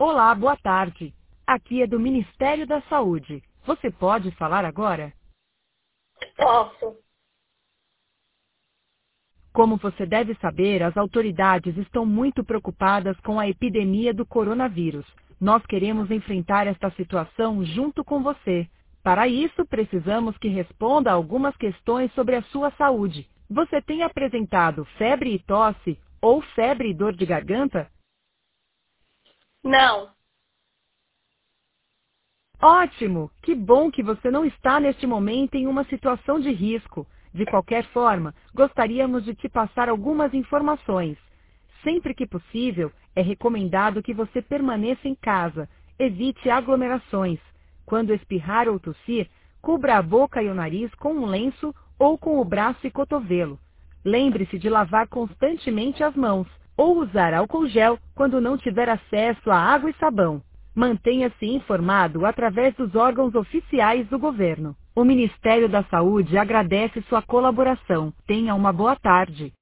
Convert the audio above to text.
Olá, boa tarde. Aqui é do Ministério da Saúde. Você pode falar agora? Posso. Como você deve saber, as autoridades estão muito preocupadas com a epidemia do coronavírus. Nós queremos enfrentar esta situação junto com você. Para isso, precisamos que responda a algumas questões sobre a sua saúde. Você tem apresentado febre e tosse ou febre e dor de garganta? Não. Ótimo! Que bom que você não está neste momento em uma situação de risco. De qualquer forma, gostaríamos de te passar algumas informações. Sempre que possível, é recomendado que você permaneça em casa. Evite aglomerações. Quando espirrar ou tossir, cubra a boca e o nariz com um lenço ou com o braço e cotovelo. Lembre-se de lavar constantemente as mãos ou usar álcool gel quando não tiver acesso a água e sabão. Mantenha-se informado através dos órgãos oficiais do governo. O Ministério da Saúde agradece sua colaboração. Tenha uma boa tarde.